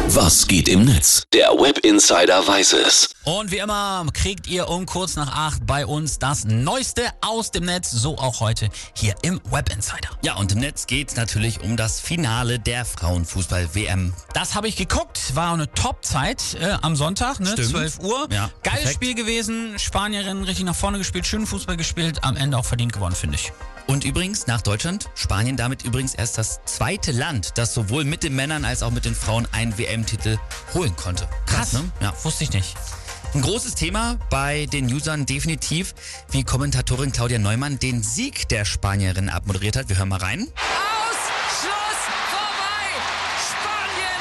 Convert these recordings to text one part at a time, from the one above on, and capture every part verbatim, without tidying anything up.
Was geht im Netz? Der Web Insider weiß es. Und wie immer kriegt ihr um kurz nach acht bei uns das Neueste aus dem Netz, so auch heute hier im Web Insider. Ja, und im Netz geht es natürlich um das Finale der Frauenfußball-W M. Das habe ich geguckt, war eine Top-Zeit äh, am Sonntag, ne? Stimmt. zwölf Uhr. Ja, Geiles perfekt. Spiel gewesen, Spanierinnen richtig nach vorne gespielt, schönen Fußball gespielt, am Ende auch verdient gewonnen, finde ich. Und übrigens nach Deutschland, Spanien damit übrigens erst das zweite Land, das sowohl mit den Männern als auch mit den Frauen einen W M-Titel holen konnte. Krass, ne? Ja. Wusste ich nicht. Ein großes Thema bei den Usern definitiv, wie Kommentatorin Claudia Neumann den Sieg der Spanierin abmoderiert hat. Wir hören mal rein. Aus! Schluss! Vorbei! Spanien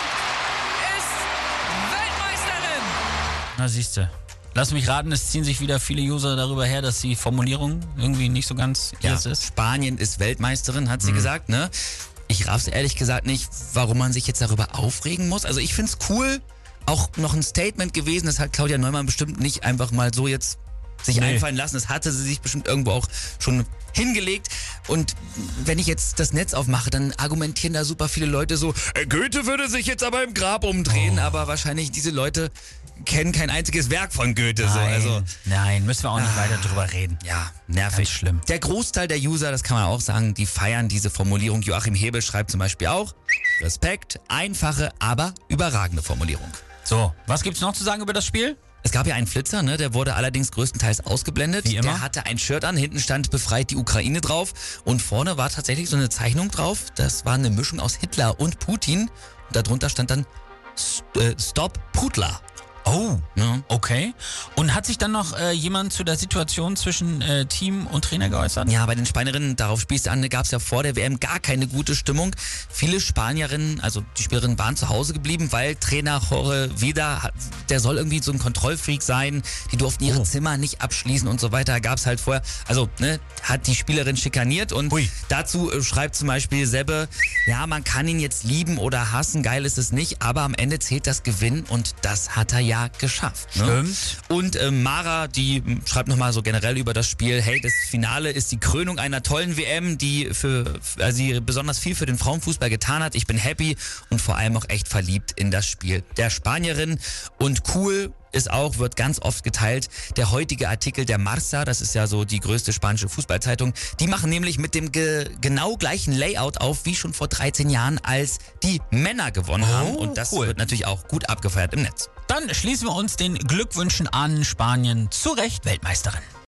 ist Weltmeisterin! Na siehste. Lass mich raten, es ziehen sich wieder viele User darüber her, dass die Formulierung irgendwie nicht so ganz Ja, ihrs ist. Spanien ist Weltmeisterin, hat sie gesagt, ne? Ich raff's ehrlich gesagt nicht, warum man sich jetzt darüber aufregen muss. Also ich find's cool, auch noch ein Statement gewesen, das hat Claudia Neumann bestimmt nicht einfach mal so jetzt sich Nee. einfallen lassen. Das hatte sie sich bestimmt irgendwo auch schon hingelegt. Und wenn ich jetzt das Netz aufmache, dann argumentieren da super viele Leute so, äh, Goethe würde sich jetzt aber im Grab umdrehen, Oh. aber wahrscheinlich diese Leute kennen kein einziges Werk von Goethe. So. Nein, Also nein, müssen wir auch nicht weiter drüber reden. ja, nervig. Ganz schlimm. Der Großteil der User, das kann man auch sagen, die feiern diese Formulierung. Joachim Hebel schreibt zum Beispiel auch, Respekt, einfache, aber überragende Formulierung. So, was gibt's noch zu sagen über das Spiel? Es gab ja einen Flitzer, ne? Der wurde allerdings größtenteils ausgeblendet. Wie immer. Der hatte ein Shirt an, hinten stand befreit die Ukraine drauf und vorne war tatsächlich so eine Zeichnung drauf. Das war eine Mischung aus Hitler und Putin und darunter stand dann St- äh, Stop Putler. Oh, Ja. okay. Und hat sich dann noch äh, jemand zu der Situation zwischen äh, Team und Trainer geäußert? Ja, bei den Spanierinnen, darauf spielst du an, gab es ja vor der W M gar keine gute Stimmung. Viele Spanierinnen, also die Spielerinnen waren zu Hause geblieben, weil Trainer Jorge Vida, hat- der soll irgendwie so ein Kontrollfreak sein, die durften ihre Oh. Zimmer nicht abschließen und so weiter. Gab es halt vorher, also ne, hat die Spielerin schikaniert und Hui. dazu äh, schreibt zum Beispiel Sebbe, ja, man kann ihn jetzt lieben oder hassen, geil ist es nicht, aber am Ende zählt das Gewinn und das hat er ja geschafft. Ne? Stimmt. Und äh, Mara, die m, schreibt nochmal so generell über das Spiel, hey, das Finale ist die Krönung einer tollen W M, die für also sie besonders viel für den Frauenfußball getan hat. Ich bin happy und vor allem auch echt verliebt in das Spiel der Spanierin. Und cool ist auch, wird ganz oft geteilt, der heutige Artikel der Marca, das ist ja so die größte spanische Fußballzeitung, die machen nämlich mit dem ge genau gleichen Layout auf, wie schon vor dreizehn Jahren, als die Männer gewonnen haben. Und das cool. wird natürlich auch gut abgefeiert im Netz. Dann schließen wir uns den Glückwünschen an. Spanien zu Recht Weltmeisterin.